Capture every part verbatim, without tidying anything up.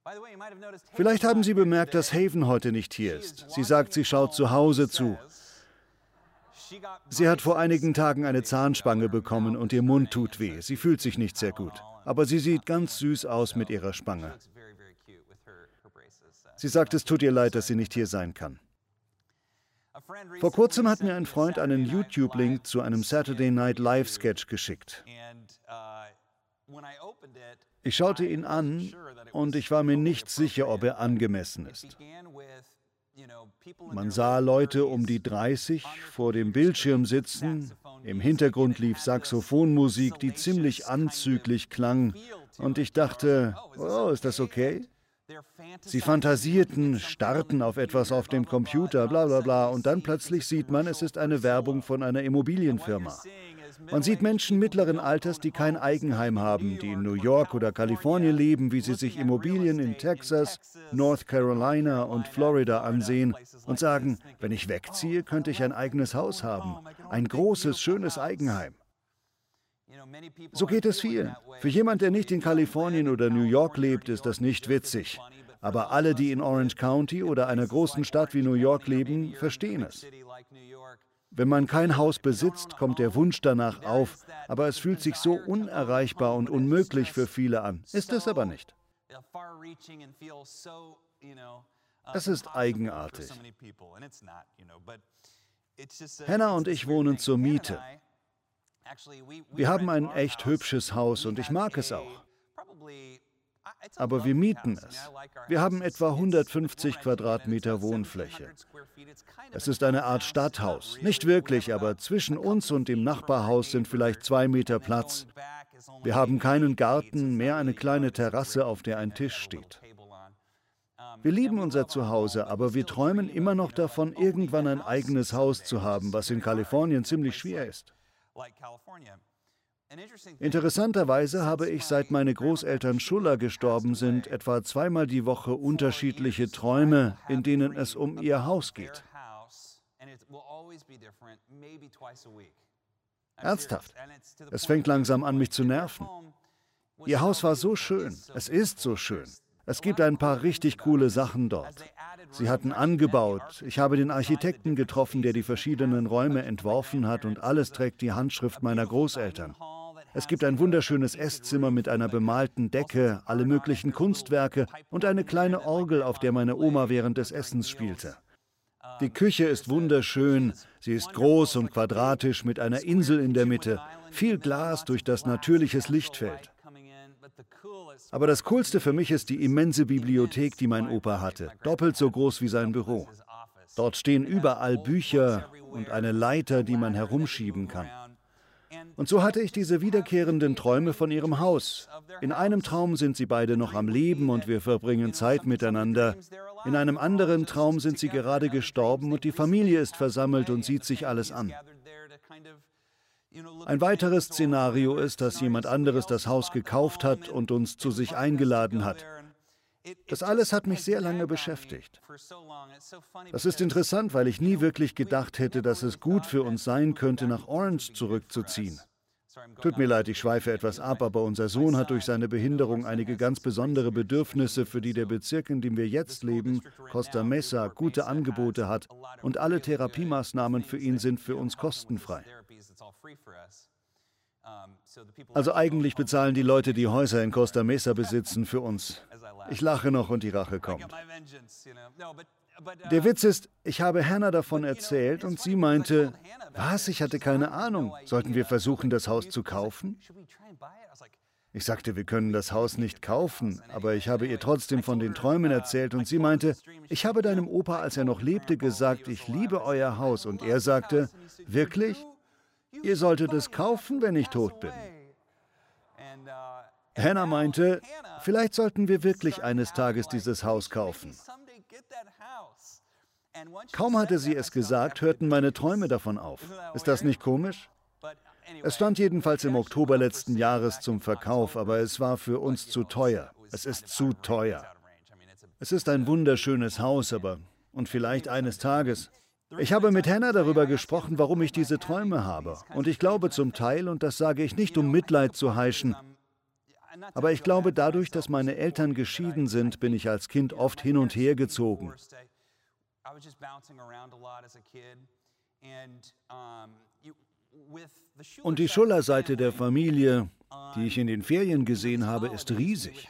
Vielleicht haben Sie bemerkt, dass Haven heute nicht hier ist. Sie sagt, sie schaut zu Hause zu. Sie hat vor einigen Tagen eine Zahnspange bekommen und ihr Mund tut weh. Sie fühlt sich nicht sehr gut. Aber sie sieht ganz süß aus mit ihrer Spange. Sie sagt, es tut ihr leid, dass sie nicht hier sein kann. Vor kurzem hat mir ein Freund einen YouTube-Link zu einem Saturday Night Live-Sketch geschickt. Ich schaute ihn an und ich war mir nicht sicher, ob er angemessen ist. Man sah Leute um die dreißig vor dem Bildschirm sitzen, im Hintergrund lief Saxophonmusik, die ziemlich anzüglich klang, und ich dachte, oh, ist das okay? Sie fantasierten, starrten auf etwas auf dem Computer, bla bla bla, und dann plötzlich sieht man, es ist eine Werbung von einer Immobilienfirma. Man sieht Menschen mittleren Alters, die kein Eigenheim haben, die in New York oder Kalifornien leben, wie sie sich Immobilien in Texas, North Carolina und Florida ansehen und sagen, wenn ich wegziehe, könnte ich ein eigenes Haus haben, ein großes, schönes Eigenheim. So geht es vielen. Für jemand, der nicht in Kalifornien oder New York lebt, ist das nicht witzig. Aber alle, die in Orange County oder einer großen Stadt wie New York leben, verstehen es. Wenn man kein Haus besitzt, kommt der Wunsch danach auf, aber es fühlt sich so unerreichbar und unmöglich für viele an. Ist es aber nicht. Es ist eigenartig. Hannah und ich wohnen zur Miete. Wir haben ein echt hübsches Haus und ich mag es auch. Aber wir mieten es. Wir haben etwa hundertfünfzig Quadratmeter Wohnfläche. Es ist eine Art Stadthaus. Nicht wirklich, aber zwischen uns und dem Nachbarhaus sind vielleicht zwei Meter Platz. Wir haben keinen Garten, mehr eine kleine Terrasse, auf der ein Tisch steht. Wir lieben unser Zuhause, aber wir träumen immer noch davon, irgendwann ein eigenes Haus zu haben, was in Kalifornien ziemlich schwer ist. Interessanterweise habe ich, seit meine Großeltern Schuller gestorben sind, etwa zweimal die Woche unterschiedliche Träume, in denen es um ihr Haus geht. Ernsthaft. Es fängt langsam an, mich zu nerven. Ihr Haus war so schön. Es ist so schön. Es gibt ein paar richtig coole Sachen dort. Sie hatten angebaut. Ich habe den Architekten getroffen, der die verschiedenen Räume entworfen hat, und alles trägt die Handschrift meiner Großeltern. Es gibt ein wunderschönes Esszimmer mit einer bemalten Decke, alle möglichen Kunstwerke und eine kleine Orgel, auf der meine Oma während des Essens spielte. Die Küche ist wunderschön. Sie ist groß und quadratisch mit einer Insel in der Mitte. Viel Glas, durch das natürliches Licht fällt. Aber das Coolste für mich ist die immense Bibliothek, die mein Opa hatte, doppelt so groß wie sein Büro. Dort stehen überall Bücher und eine Leiter, die man herumschieben kann. Und so hatte ich diese wiederkehrenden Träume von ihrem Haus. In einem Traum sind sie beide noch am Leben und wir verbringen Zeit miteinander. In einem anderen Traum sind sie gerade gestorben und die Familie ist versammelt und sieht sich alles an. Ein weiteres Szenario ist, dass jemand anderes das Haus gekauft hat und uns zu sich eingeladen hat. Das alles hat mich sehr lange beschäftigt. Das ist interessant, weil ich nie wirklich gedacht hätte, dass es gut für uns sein könnte, nach Orange zurückzuziehen. Tut mir leid, ich schweife etwas ab, aber unser Sohn hat durch seine Behinderung einige ganz besondere Bedürfnisse, für die der Bezirk, in dem wir jetzt leben, Costa Mesa, gute Angebote hat, und alle Therapiemaßnahmen für ihn sind für uns kostenfrei. Also eigentlich bezahlen die Leute, die Häuser in Costa Mesa besitzen, für uns. Ich lache noch und die Rache kommt. Der Witz ist, ich habe Hannah davon erzählt und sie meinte, was, ich hatte keine Ahnung. Sollten wir versuchen, das Haus zu kaufen? Ich sagte, wir können das Haus nicht kaufen, aber ich habe ihr trotzdem von den Träumen erzählt und sie meinte, ich habe deinem Opa, als er noch lebte, gesagt, ich liebe euer Haus, und er sagte, wirklich? Ihr solltet es kaufen, wenn ich tot bin. Hannah meinte, vielleicht sollten wir wirklich eines Tages dieses Haus kaufen. Kaum hatte sie es gesagt, hörten meine Träume davon auf. Ist das nicht komisch? Es stand jedenfalls im Oktober letzten Jahres zum Verkauf, aber es war für uns zu teuer. Es ist zu teuer. Es ist ein wunderschönes Haus, aber, und vielleicht eines Tages. Ich habe mit Hannah darüber gesprochen, warum ich diese Träume habe. Und ich glaube zum Teil, und das sage ich nicht, um Mitleid zu heischen, Aber ich glaube, dadurch, dass meine Eltern geschieden sind, bin ich als Kind oft hin und her gezogen. Und die Schuller-Seite der Familie, die ich in den Ferien gesehen habe, ist riesig.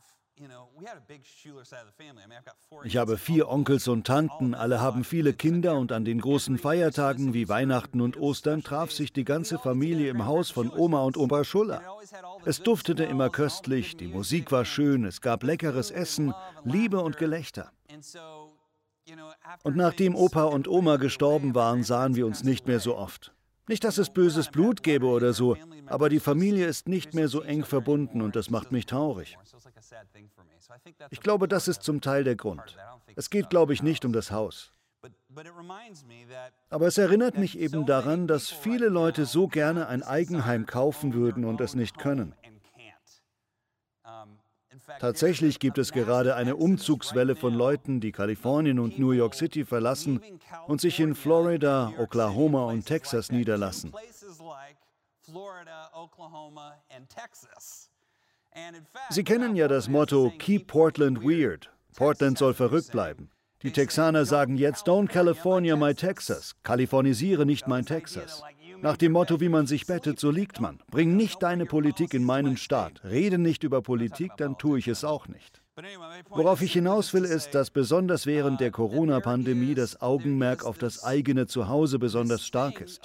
Ich habe vier Onkels und Tanten, alle haben viele Kinder und an den großen Feiertagen wie Weihnachten und Ostern traf sich die ganze Familie im Haus von Oma und Opa Schuller. Es duftete immer köstlich, die Musik war schön, es gab leckeres Essen, Liebe und Gelächter. Und nachdem Opa und Oma gestorben waren, sahen wir uns nicht mehr so oft. Nicht, dass es böses Blut gäbe oder so, aber die Familie ist nicht mehr so eng verbunden und das macht mich traurig. Ich glaube, das ist zum Teil der Grund. Es geht, glaube ich, nicht um das Haus. Aber es erinnert mich eben daran, dass viele Leute so gerne ein Eigenheim kaufen würden und es nicht können. Tatsächlich gibt es gerade eine Umzugswelle von Leuten, die Kalifornien und New York City verlassen und sich in Florida, Oklahoma und Texas niederlassen. Sie kennen ja das Motto Keep Portland Weird. Portland soll verrückt bleiben. Die Texaner sagen jetzt Don't California my Texas. Kalifornisiere nicht mein Texas. Nach dem Motto, wie man sich bettet, so liegt man. Bring nicht deine Politik in meinen Staat. Rede nicht über Politik, dann tue ich es auch nicht. Worauf ich hinaus will, ist, dass besonders während der Corona-Pandemie das Augenmerk auf das eigene Zuhause besonders stark ist.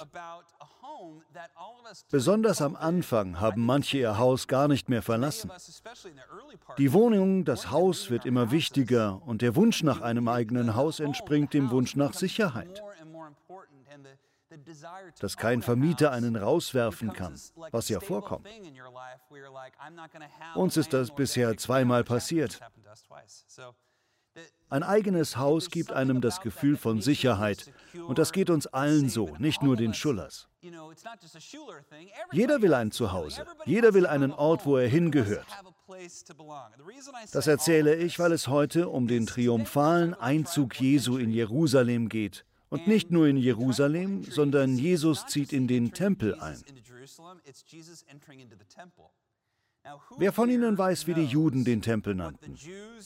Besonders am Anfang haben manche ihr Haus gar nicht mehr verlassen. Die Wohnung, das Haus wird immer wichtiger und der Wunsch nach einem eigenen Haus entspringt dem Wunsch nach Sicherheit. Dass kein Vermieter einen rauswerfen kann, was ja vorkommt. Uns ist das bisher zweimal passiert. Ein eigenes Haus gibt einem das Gefühl von Sicherheit und das geht uns allen so, nicht nur den Schullers. Jeder will ein Zuhause, jeder will einen Ort, wo er hingehört. Das erzähle ich, weil es heute um den triumphalen Einzug Jesu in Jerusalem geht. Und nicht nur in Jerusalem, sondern Jesus zieht in den Tempel ein. Wer von Ihnen weiß, wie die Juden den Tempel nannten?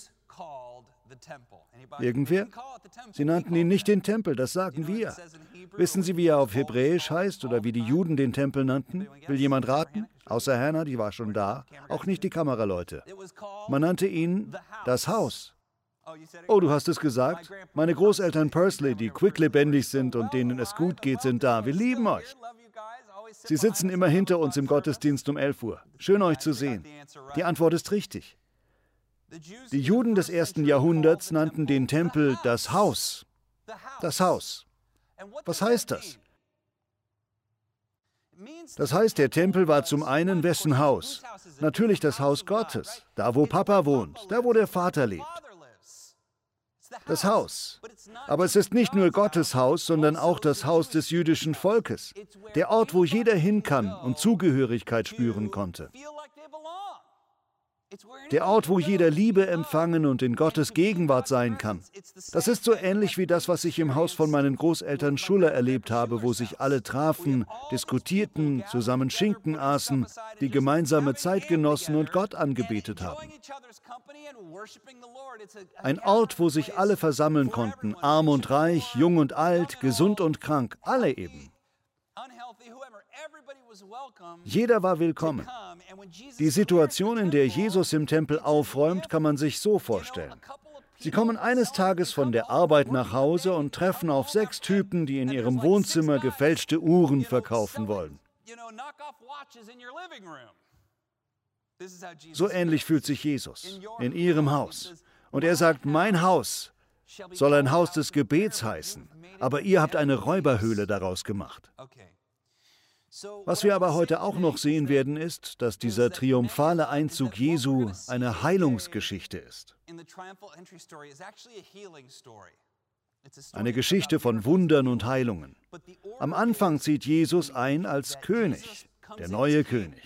Irgendwer? Sie nannten ihn nicht den Tempel, das sagen wir. Wissen Sie, wie er auf Hebräisch heißt oder wie die Juden den Tempel nannten? Will jemand raten? Außer Hannah, die war schon da. Auch nicht die Kameraleute. Man nannte ihn das Haus. Oh, du hast es gesagt? Meine Großeltern Pursley, die quicklebendig sind und denen es gut geht, sind da. Wir lieben euch. Sie sitzen immer hinter uns im Gottesdienst um elf Uhr. Schön, euch zu sehen. Die Antwort ist richtig. Die Juden des ersten Jahrhunderts nannten den Tempel das Haus. Das Haus. Was heißt das? Das heißt, der Tempel war zum einen wessen Haus? Natürlich das Haus Gottes, da wo Papa wohnt, da wo der Vater lebt. Das Haus. Aber es ist nicht nur Gottes Haus, sondern auch das Haus des jüdischen Volkes. Der Ort, wo jeder hin kann und Zugehörigkeit spüren konnte. Der Ort, wo jeder Liebe empfangen und in Gottes Gegenwart sein kann. Das ist so ähnlich wie das, was ich im Haus von meinen Großeltern Schuller erlebt habe, wo sich alle trafen, diskutierten, zusammen Schinken aßen, die gemeinsame Zeit genossen und Gott angebetet haben. Ein Ort, wo sich alle versammeln konnten, arm und reich, jung und alt, gesund und krank, alle eben. Jeder war willkommen. Die Situation, in der Jesus im Tempel aufräumt, kann man sich so vorstellen. Sie kommen eines Tages von der Arbeit nach Hause und treffen auf sechs Typen, die in ihrem Wohnzimmer gefälschte Uhren verkaufen wollen. So ähnlich fühlt sich Jesus in ihrem Haus. Und er sagt, mein Haus soll ein Haus des Gebets heißen, aber ihr habt eine Räuberhöhle daraus gemacht. Was wir aber heute auch noch sehen werden, ist, dass dieser triumphale Einzug Jesu eine Heilungsgeschichte ist. Eine Geschichte von Wundern und Heilungen. Am Anfang zieht Jesus ein als König, der neue König.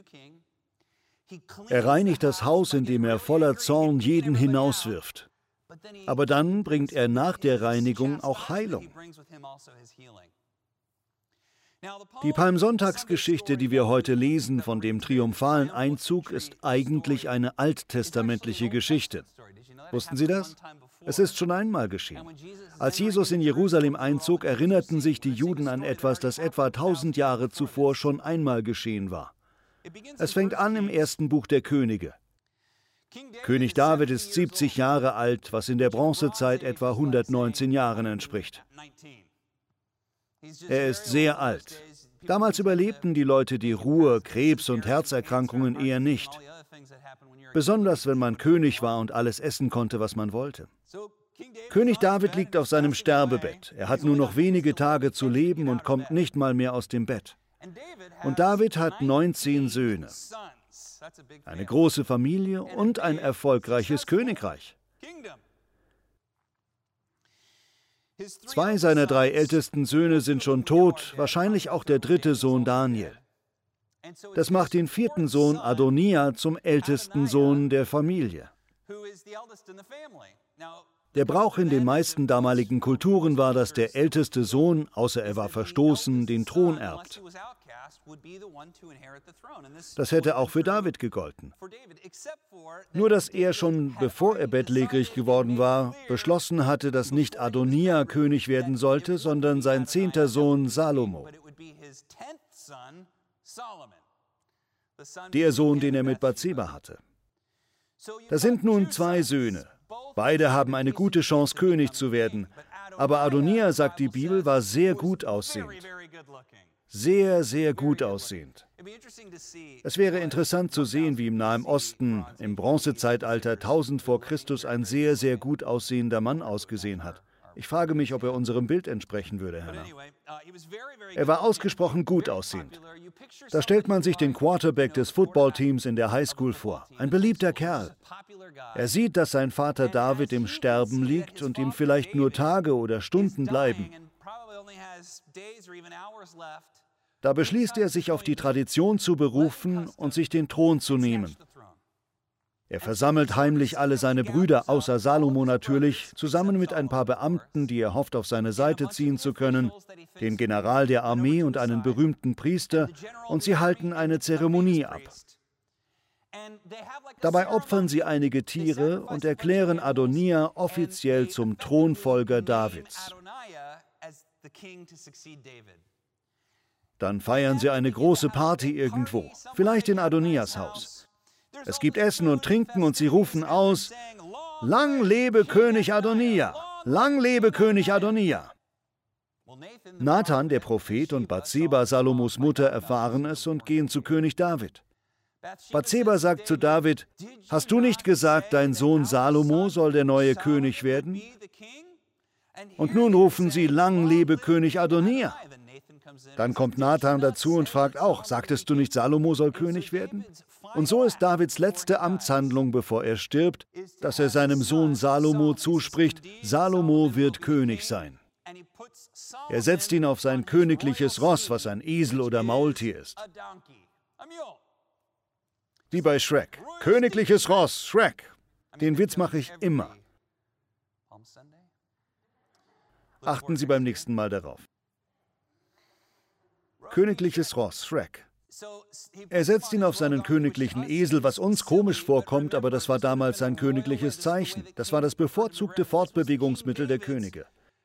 Er reinigt das Haus, indem er voller Zorn jeden hinauswirft. Aber dann bringt er nach der Reinigung auch Heilung. Die Palmsonntagsgeschichte, die wir heute lesen von dem triumphalen Einzug, ist eigentlich eine alttestamentliche Geschichte. Wussten Sie das? Es ist schon einmal geschehen. Als Jesus in Jerusalem einzog, erinnerten sich die Juden an etwas, das etwa tausend Jahre zuvor schon einmal geschehen war. Es fängt an im ersten Buch der Könige. König David ist siebzig Jahre alt, was in der Bronzezeit etwa hundertneunzehn Jahren entspricht. Er ist sehr alt. Damals überlebten die Leute die Ruhr, Krebs und Herzerkrankungen eher nicht. Besonders wenn man König war und alles essen konnte, was man wollte. König David liegt auf seinem Sterbebett. Er hat nur noch wenige Tage zu leben und kommt nicht mal mehr aus dem Bett. Und David hat neunzehn Söhne, eine große Familie und ein erfolgreiches Königreich. Zwei seiner drei ältesten Söhne sind schon tot, wahrscheinlich auch der dritte Sohn Daniel. Das macht den vierten Sohn Adonia zum ältesten Sohn der Familie. Der Brauch in den meisten damaligen Kulturen war, dass der älteste Sohn, außer er war verstoßen, den Thron erbt. Das hätte auch für David gegolten. Nur dass er schon, bevor er bettlägerig geworden war, beschlossen hatte, dass nicht Adonia König werden sollte, sondern sein zehnter Sohn Salomo. Der Sohn, den er mit Bathseba hatte. Das sind nun zwei Söhne. Beide haben eine gute Chance, König zu werden. Aber Adonia, sagt die Bibel, war sehr gut aussehend. Sehr, sehr gut aussehend. Es wäre interessant zu sehen, wie im Nahen Osten im Bronzezeitalter tausend vor Christus ein sehr, sehr gut aussehender Mann ausgesehen hat. Ich frage mich, ob er unserem Bild entsprechen würde, Hannah. Er war ausgesprochen gut aussehend. Da stellt man sich den Quarterback des Footballteams in der Highschool vor. Ein beliebter Kerl. Er sieht, dass sein Vater David im Sterben liegt und ihm vielleicht nur Tage oder Stunden bleiben. Da beschließt er, sich auf die Tradition zu berufen und sich den Thron zu nehmen. Er versammelt heimlich alle seine Brüder, außer Salomo natürlich, zusammen mit ein paar Beamten, die er hofft, auf seine Seite ziehen zu können, den General der Armee und einen berühmten Priester, und sie halten eine Zeremonie ab. Dabei opfern sie einige Tiere und erklären Adonia offiziell zum Thronfolger Davids. Dann feiern sie eine große Party irgendwo, vielleicht in Adonias Haus. Es gibt Essen und Trinken und sie rufen aus: Lang lebe König Adonia! Lang lebe König Adonia! Nathan, der Prophet, und Bathseba, Salomos Mutter, erfahren es und gehen zu König David. Bathseba sagt zu David: Hast du nicht gesagt, dein Sohn Salomo soll der neue König werden? Und nun rufen sie: Lang lebe König Adonia! Dann kommt Nathan dazu und fragt auch: Sagtest du nicht, Salomo soll König werden? Und so ist Davids letzte Amtshandlung, bevor er stirbt, dass er seinem Sohn Salomo zuspricht: Salomo wird König sein. Er setzt ihn auf sein königliches Ross, was ein Esel oder Maultier ist. Wie bei Shrek. Königliches Ross, Shrek. Den Witz mache ich immer. Achten Sie beim nächsten Mal darauf. Königliches Ross, Shrek. Er setzt ihn auf seinen königlichen Esel, was uns komisch vorkommt, aber das war damals sein königliches Zeichen. Das war das bevorzugte Fortbewegungsmittel der Könige.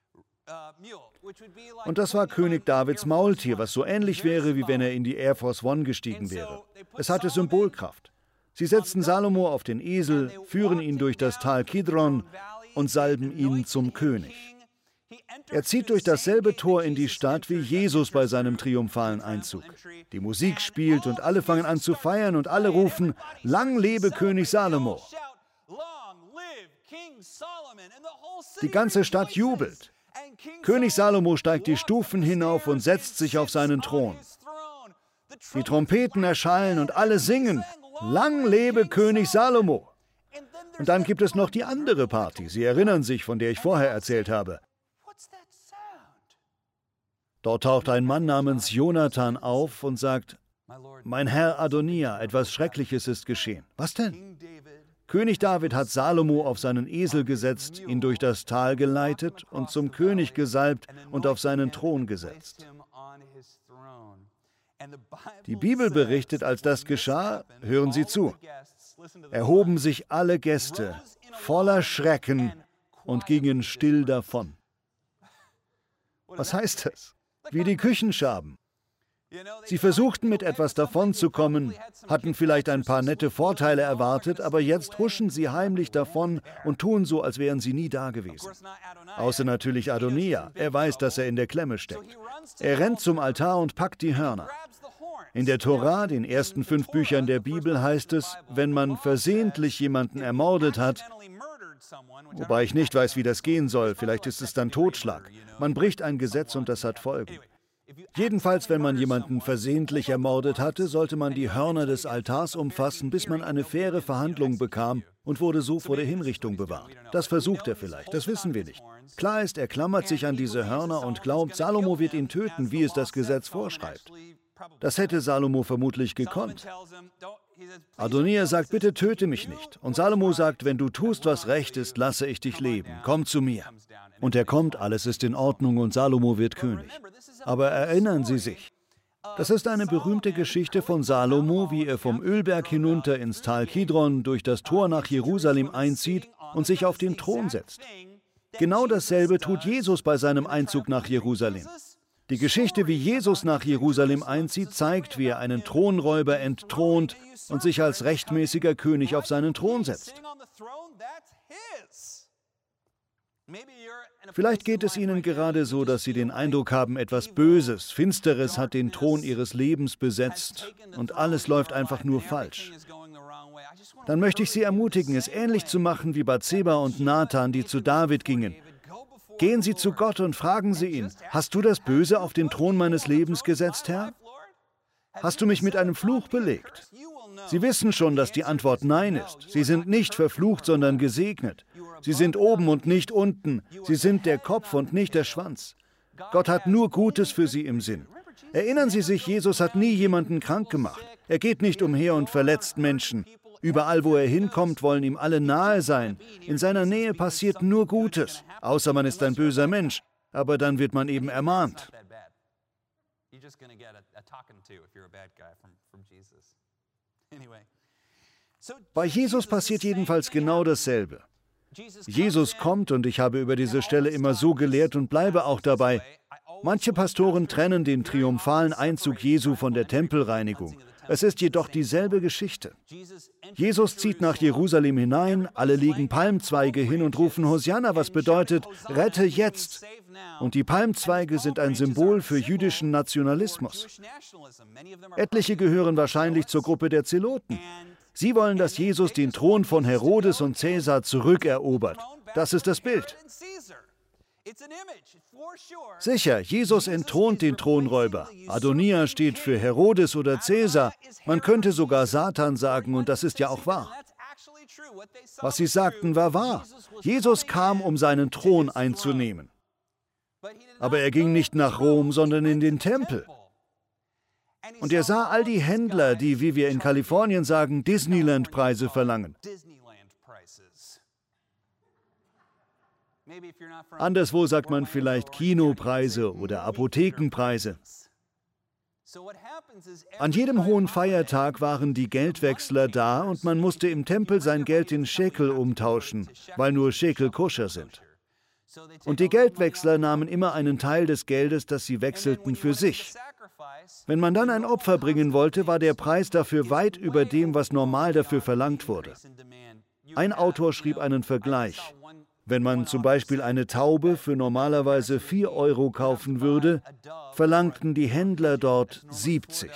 Und das war König Davids Maultier, was so ähnlich wäre, wie wenn er in die Air Force One gestiegen wäre. Es hatte Symbolkraft. Sie setzten Salomo auf den Esel, führen ihn durch das Tal Kidron und salben ihn zum König. Er zieht durch dasselbe Tor in die Stadt wie Jesus bei seinem triumphalen Einzug. Die Musik spielt und alle fangen an zu feiern und alle rufen: Lang lebe König Salomo! Die ganze Stadt jubelt. König Salomo steigt die Stufen hinauf und setzt sich auf seinen Thron. Die Trompeten erschallen und alle singen: Lang lebe König Salomo! Und dann gibt es noch die andere Party. Sie erinnern sich, von der ich vorher erzählt habe. Dort taucht ein Mann namens Jonathan auf und sagt: Mein Herr Adonia, etwas Schreckliches ist geschehen. Was denn? König David hat Salomo auf seinen Esel gesetzt, ihn durch das Tal geleitet und zum König gesalbt und auf seinen Thron gesetzt. Die Bibel berichtet, als das geschah, hören Sie zu, erhoben sich alle Gäste voller Schrecken und gingen still davon. Was heißt das? Wie die Küchenschaben. Sie versuchten mit etwas davonzukommen, hatten vielleicht ein paar nette Vorteile erwartet, aber jetzt huschen sie heimlich davon und tun so, als wären sie nie da gewesen. Außer natürlich Adonia. Er weiß, dass er in der Klemme steckt. Er rennt zum Altar und packt die Hörner. In der Tora, den ersten fünf Büchern der Bibel, heißt es, wenn man versehentlich jemanden ermordet hat, wobei ich nicht weiß, wie das gehen soll, vielleicht ist es dann Totschlag. Man bricht ein Gesetz und das hat Folgen. Jedenfalls, wenn man jemanden versehentlich ermordet hatte, sollte man die Hörner des Altars umfassen, bis man eine faire Verhandlung bekam und wurde so vor der Hinrichtung bewahrt. Das versucht er vielleicht, das wissen wir nicht. Klar ist, er klammert sich an diese Hörner und glaubt, Salomo wird ihn töten, wie es das Gesetz vorschreibt. Das hätte Salomo vermutlich gekonnt. Adonia sagt, bitte töte mich nicht. Und Salomo sagt, wenn du tust, was recht ist, lasse ich dich leben. Komm zu mir. Und er kommt, alles ist in Ordnung und Salomo wird König. Aber erinnern Sie sich, das ist eine berühmte Geschichte von Salomo, wie er vom Ölberg hinunter ins Tal Kidron durch das Tor nach Jerusalem einzieht und sich auf den Thron setzt. Genau dasselbe tut Jesus bei seinem Einzug nach Jerusalem. Die Geschichte, wie Jesus nach Jerusalem einzieht, zeigt, wie er einen Thronräuber entthront und sich als rechtmäßiger König auf seinen Thron setzt. Vielleicht geht es Ihnen gerade so, dass Sie den Eindruck haben, etwas Böses, Finsteres hat den Thron Ihres Lebens besetzt und alles läuft einfach nur falsch. Dann möchte ich Sie ermutigen, es ähnlich zu machen wie Bathseba und Nathan, die zu David gingen. Gehen Sie zu Gott und fragen Sie ihn, hast du das Böse auf den Thron meines Lebens gesetzt, Herr? Hast du mich mit einem Fluch belegt? Sie wissen schon, dass die Antwort Nein ist. Sie sind nicht verflucht, sondern gesegnet. Sie sind oben und nicht unten. Sie sind der Kopf und nicht der Schwanz. Gott hat nur Gutes für Sie im Sinn. Erinnern Sie sich, Jesus hat nie jemanden krank gemacht. Er geht nicht umher und verletzt Menschen. Überall, wo er hinkommt, wollen ihm alle nahe sein. In seiner Nähe passiert nur Gutes, außer man ist ein böser Mensch. Aber dann wird man eben ermahnt. Bei Jesus passiert jedenfalls genau dasselbe. Jesus kommt, und ich habe über diese Stelle immer so gelehrt und bleibe auch dabei. Manche Pastoren trennen den triumphalen Einzug Jesu von der Tempelreinigung. Es ist jedoch dieselbe Geschichte. Jesus zieht nach Jerusalem hinein, alle legen Palmzweige hin und rufen Hosianna, was bedeutet, rette jetzt. Und die Palmzweige sind ein Symbol für jüdischen Nationalismus. Etliche gehören wahrscheinlich zur Gruppe der Zeloten. Sie wollen, dass Jesus den Thron von Herodes und Cäsar zurückerobert. Das ist das Bild. Sicher, Jesus entthront den Thronräuber. Adonia steht für Herodes oder Cäsar. Man könnte sogar Satan sagen, und das ist ja auch wahr. Was sie sagten, war wahr. Jesus kam, um seinen Thron einzunehmen. Aber er ging nicht nach Rom, sondern in den Tempel. Und er sah all die Händler, die, wie wir in Kalifornien sagen, Disneyland-Preise verlangen. Anderswo sagt man vielleicht Kinopreise oder Apothekenpreise. An jedem hohen Feiertag waren die Geldwechsler da und man musste im Tempel sein Geld in Schekel umtauschen, weil nur Schekel koscher sind. Und die Geldwechsler nahmen immer einen Teil des Geldes, das sie wechselten, für sich. Wenn man dann ein Opfer bringen wollte, war der Preis dafür weit über dem, was normal dafür verlangt wurde. Ein Autor schrieb einen Vergleich. Wenn man zum Beispiel eine Taube für normalerweise vier Euro kaufen würde, verlangten die Händler dort siebzig.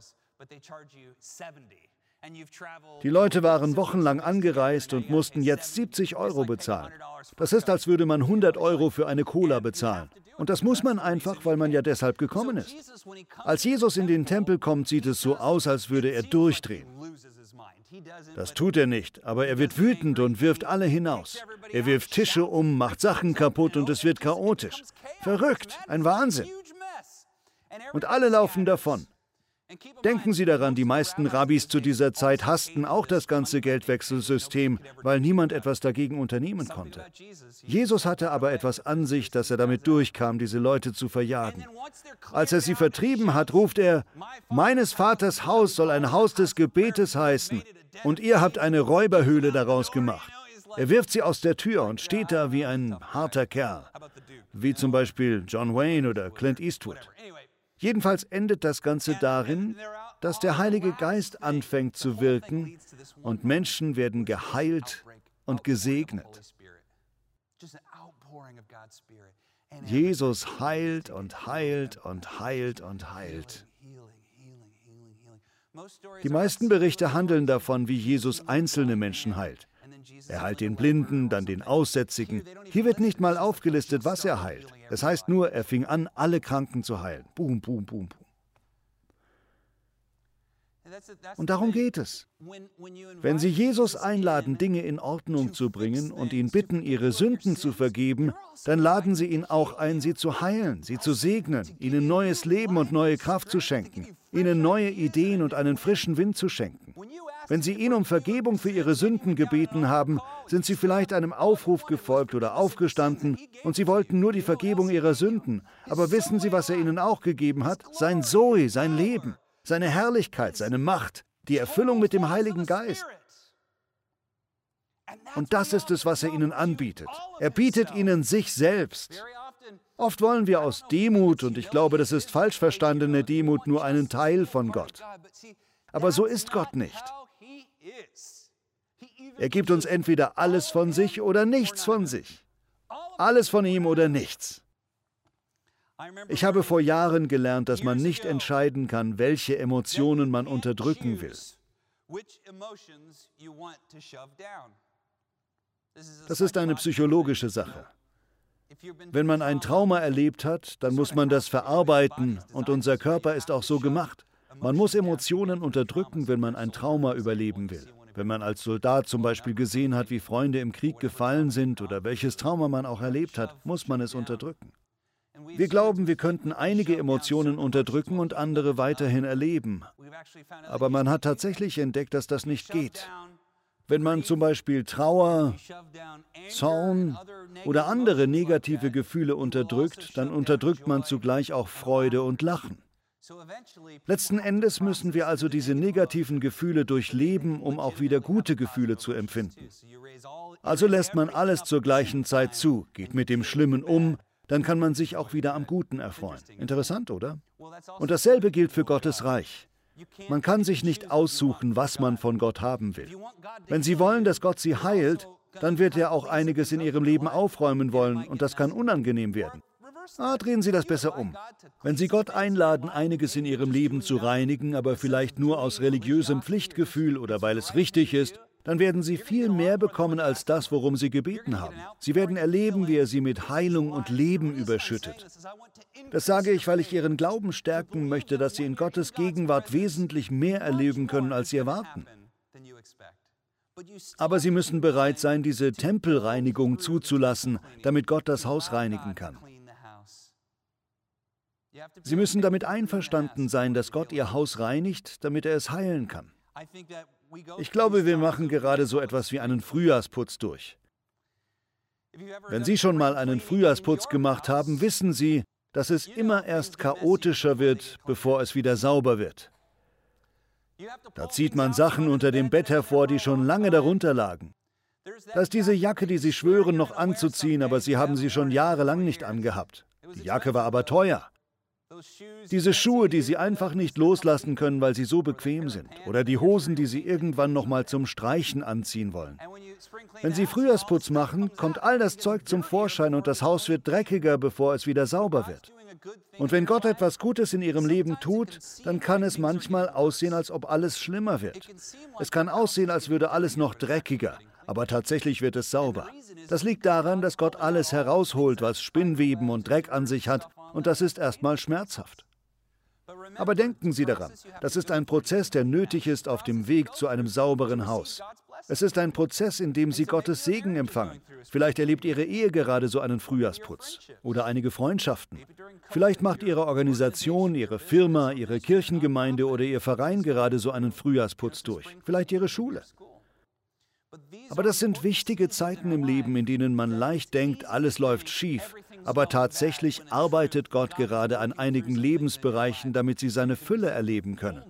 Die Leute waren wochenlang angereist und mussten jetzt siebzig Euro bezahlen. Das ist, als würde man hundert Euro für eine Cola bezahlen. Und das muss man einfach, weil man ja deshalb gekommen ist. Als Jesus in den Tempel kommt, sieht es so aus, als würde er durchdrehen. Das tut er nicht, aber er wird wütend und wirft alle hinaus. Er wirft Tische um, macht Sachen kaputt und es wird chaotisch. Verrückt, ein Wahnsinn. Und alle laufen davon. Denken Sie daran, die meisten Rabbis zu dieser Zeit hassten auch das ganze Geldwechselsystem, weil niemand etwas dagegen unternehmen konnte. Jesus hatte aber etwas an sich, dass er damit durchkam, diese Leute zu verjagen. Als er sie vertrieben hat, ruft er: Meines Vaters Haus soll ein Haus des Gebetes heißen, und ihr habt eine Räuberhöhle daraus gemacht. Er wirft sie aus der Tür und steht da wie ein harter Kerl, wie zum Beispiel John Wayne oder Clint Eastwood. Jedenfalls endet das Ganze darin, dass der Heilige Geist anfängt zu wirken und Menschen werden geheilt und gesegnet. Jesus heilt und heilt und heilt und heilt. Die meisten Berichte handeln davon, wie Jesus einzelne Menschen heilt. Er heilt den Blinden, dann den Aussätzigen. Hier wird nicht mal aufgelistet, was er heilt. Es heißt nur, er fing an, alle Kranken zu heilen. Boom, boom, boom, boom. Und darum geht es. Wenn Sie Jesus einladen, Dinge in Ordnung zu bringen und ihn bitten, ihre Sünden zu vergeben, dann laden Sie ihn auch ein, sie zu heilen, sie zu segnen, ihnen neues Leben und neue Kraft zu schenken, ihnen neue Ideen und einen frischen Wind zu schenken. Wenn Sie ihn um Vergebung für Ihre Sünden gebeten haben, sind Sie vielleicht einem Aufruf gefolgt oder aufgestanden und Sie wollten nur die Vergebung Ihrer Sünden. Aber wissen Sie, was er Ihnen auch gegeben hat? Sein Zoe, sein Leben, seine Herrlichkeit, seine Macht, die Erfüllung mit dem Heiligen Geist. Und das ist es, was er Ihnen anbietet. Er bietet Ihnen sich selbst. Oft wollen wir aus Demut, und ich glaube, das ist falsch verstandene Demut, nur einen Teil von Gott. Aber so ist Gott nicht. Er gibt uns entweder alles von sich oder nichts von sich. Alles von ihm oder nichts. Ich habe vor Jahren gelernt, dass man nicht entscheiden kann, welche Emotionen man unterdrücken will. Das ist eine psychologische Sache. Wenn man ein Trauma erlebt hat, dann muss man das verarbeiten und unser Körper ist auch so gemacht. Man muss Emotionen unterdrücken, wenn man ein Trauma überleben will. Wenn man als Soldat zum Beispiel gesehen hat, wie Freunde im Krieg gefallen sind oder welches Trauma man auch erlebt hat, muss man es unterdrücken. Wir glauben, wir könnten einige Emotionen unterdrücken und andere weiterhin erleben. Aber man hat tatsächlich entdeckt, dass das nicht geht. Wenn man zum Beispiel Trauer, Zorn oder andere negative Gefühle unterdrückt, dann unterdrückt man zugleich auch Freude und Lachen. Letzten Endes müssen wir also diese negativen Gefühle durchleben, um auch wieder gute Gefühle zu empfinden. Also lässt man alles zur gleichen Zeit zu, geht mit dem Schlimmen um, dann kann man sich auch wieder am Guten erfreuen. Interessant, oder? Und dasselbe gilt für Gottes Reich. Man kann sich nicht aussuchen, was man von Gott haben will. Wenn Sie wollen, dass Gott Sie heilt, dann wird er auch einiges in Ihrem Leben aufräumen wollen und das kann unangenehm werden. Ah, drehen Sie das besser um. Wenn Sie Gott einladen, einiges in Ihrem Leben zu reinigen, aber vielleicht nur aus religiösem Pflichtgefühl oder weil es richtig ist, dann werden Sie viel mehr bekommen als das, worum Sie gebeten haben. Sie werden erleben, wie er Sie mit Heilung und Leben überschüttet. Das sage ich, weil ich Ihren Glauben stärken möchte, dass Sie in Gottes Gegenwart wesentlich mehr erleben können, als Sie erwarten. Aber Sie müssen bereit sein, diese Tempelreinigung zuzulassen, damit Gott das Haus reinigen kann. Sie müssen damit einverstanden sein, dass Gott Ihr Haus reinigt, damit er es heilen kann. Ich glaube, wir machen gerade so etwas wie einen Frühjahrsputz durch. Wenn Sie schon mal einen Frühjahrsputz gemacht haben, wissen Sie, dass es immer erst chaotischer wird, bevor es wieder sauber wird. Da zieht man Sachen unter dem Bett hervor, die schon lange darunter lagen. Da ist diese Jacke, die Sie schwören, noch anzuziehen, aber Sie haben sie schon jahrelang nicht angehabt. Die Jacke war aber teuer. Diese Schuhe, die Sie einfach nicht loslassen können, weil sie so bequem sind. Oder die Hosen, die Sie irgendwann noch mal zum Streichen anziehen wollen. Wenn Sie Frühjahrsputz machen, kommt all das Zeug zum Vorschein und das Haus wird dreckiger, bevor es wieder sauber wird. Und wenn Gott etwas Gutes in Ihrem Leben tut, dann kann es manchmal aussehen, als ob alles schlimmer wird. Es kann aussehen, als würde alles noch dreckiger, aber tatsächlich wird es sauber. Das liegt daran, dass Gott alles herausholt, was Spinnweben und Dreck an sich hat, und das ist erstmal schmerzhaft. Aber denken Sie daran, das ist ein Prozess, der nötig ist auf dem Weg zu einem sauberen Haus. Es ist ein Prozess, in dem Sie Gottes Segen empfangen. Vielleicht erlebt Ihre Ehe gerade so einen Frühjahrsputz oder einige Freundschaften. Vielleicht macht Ihre Organisation, Ihre Firma, Ihre Kirchengemeinde oder Ihr Verein gerade so einen Frühjahrsputz durch. Vielleicht Ihre Schule. Aber das sind wichtige Zeiten im Leben, in denen man leicht denkt, alles läuft schief. Aber tatsächlich arbeitet Gott gerade an einigen Lebensbereichen, damit Sie seine Fülle erleben können.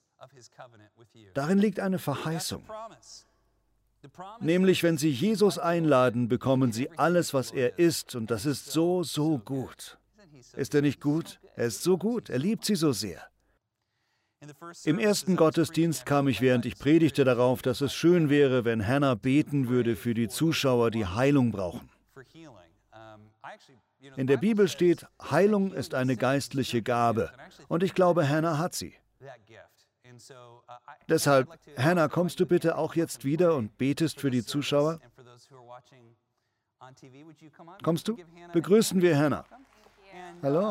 Darin liegt eine Verheißung. Nämlich, wenn Sie Jesus einladen, bekommen Sie alles, was er ist, und das ist so, so gut. Ist er nicht gut? Er ist so gut, er liebt Sie so sehr. Im ersten Gottesdienst kam ich, während ich predigte, darauf, dass es schön wäre, wenn Hannah beten würde für die Zuschauer, die Heilung brauchen. In der Bibel steht, Heilung ist eine geistliche Gabe, und ich glaube, Hannah hat sie. Deshalb, Hannah, kommst du bitte auch jetzt wieder und betest für die Zuschauer? Kommst du? Begrüßen wir Hannah. Hallo.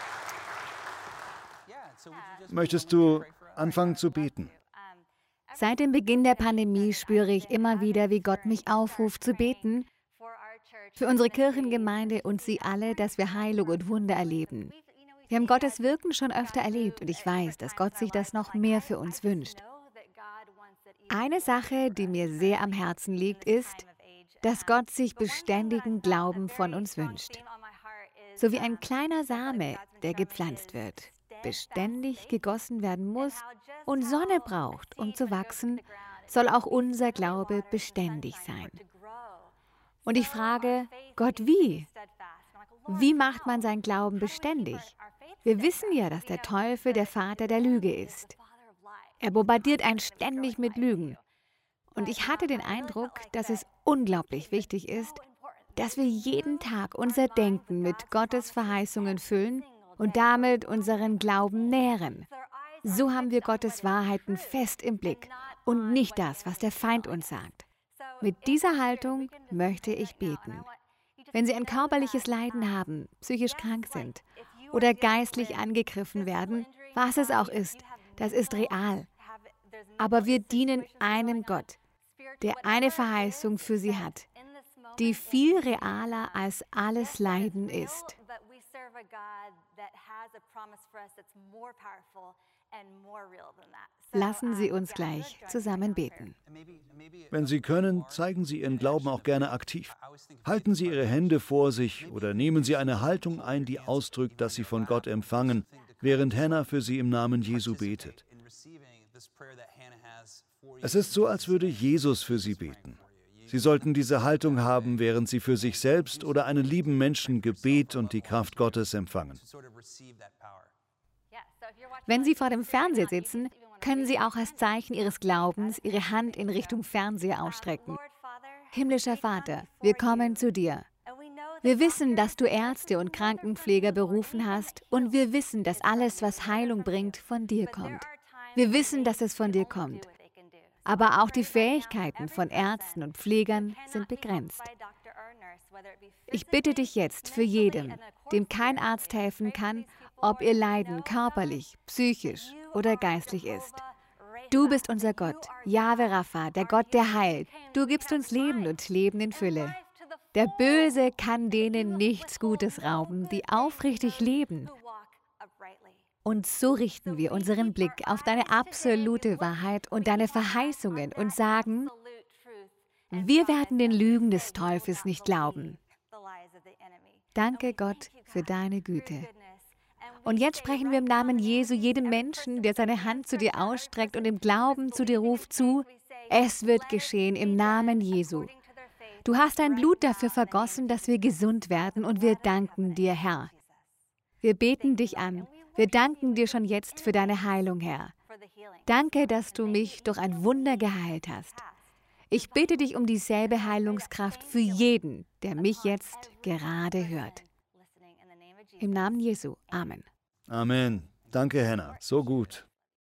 Möchtest du anfangen zu beten? Seit dem Beginn der Pandemie spüre ich immer wieder, wie Gott mich aufruft zu beten für unsere Kirchengemeinde und Sie alle, dass wir Heilung und Wunder erleben. Wir haben Gottes Wirken schon öfter erlebt und ich weiß, dass Gott sich das noch mehr für uns wünscht. Eine Sache, die mir sehr am Herzen liegt, ist, dass Gott sich beständigen Glauben von uns wünscht. So wie ein kleiner Same, der gepflanzt wird, beständig gegossen werden muss und Sonne braucht, um zu wachsen, soll auch unser Glaube beständig sein. Und ich frage, Gott, wie? Wie macht man seinen Glauben beständig? Wir wissen ja, dass der Teufel der Vater der Lüge ist. Er bombardiert einen ständig mit Lügen. Und ich hatte den Eindruck, dass es unglaublich wichtig ist, dass wir jeden Tag unser Denken mit Gottes Verheißungen füllen und damit unseren Glauben nähren. So haben wir Gottes Wahrheiten fest im Blick und nicht das, was der Feind uns sagt. Mit dieser Haltung möchte ich beten. Wenn Sie ein körperliches Leiden haben, psychisch krank sind oder geistlich angegriffen werden, was es auch ist, das ist real. Aber wir dienen einem Gott, der eine Verheißung für Sie hat, die viel realer als alles Leiden ist. Lassen Sie uns gleich zusammen beten. Wenn Sie können, zeigen Sie Ihren Glauben auch gerne aktiv. Halten Sie Ihre Hände vor sich oder nehmen Sie eine Haltung ein, die ausdrückt, dass Sie von Gott empfangen, während Hannah für Sie im Namen Jesu betet. Es ist so, als würde Jesus für Sie beten. Sie sollten diese Haltung haben, während Sie für sich selbst oder einen lieben Menschen Gebet und die Kraft Gottes empfangen. Wenn Sie vor dem Fernseher sitzen, können Sie auch als Zeichen Ihres Glaubens Ihre Hand in Richtung Fernseher ausstrecken. Himmlischer Vater, wir kommen zu dir. Wir wissen, dass du Ärzte und Krankenpfleger berufen hast und wir wissen, dass alles, was Heilung bringt, von dir kommt. Wir wissen, dass es von dir kommt. Aber auch die Fähigkeiten von Ärzten und Pflegern sind begrenzt. Ich bitte dich jetzt für jeden, dem kein Arzt helfen kann, ob ihr Leiden körperlich, psychisch oder geistlich ist. Du bist unser Gott, Jahwe Rapha, der Gott, der heilt. Du gibst uns Leben und Leben in Fülle. Der Böse kann denen nichts Gutes rauben, die aufrichtig leben. Und so richten wir unseren Blick auf deine absolute Wahrheit und deine Verheißungen und sagen, wir werden den Lügen des Teufels nicht glauben. Danke Gott für deine Güte. Und jetzt sprechen wir im Namen Jesu jedem Menschen, der seine Hand zu dir ausstreckt und im Glauben zu dir ruft, zu, es wird geschehen im Namen Jesu. Du hast dein Blut dafür vergossen, dass wir gesund werden und wir danken dir, Herr. Wir beten dich an. Wir danken dir schon jetzt für deine Heilung, Herr. Danke, dass du mich durch ein Wunder geheilt hast. Ich bitte dich um dieselbe Heilungskraft für jeden, der mich jetzt gerade hört. Im Namen Jesu. Amen. Amen. Danke, Hannah. So gut.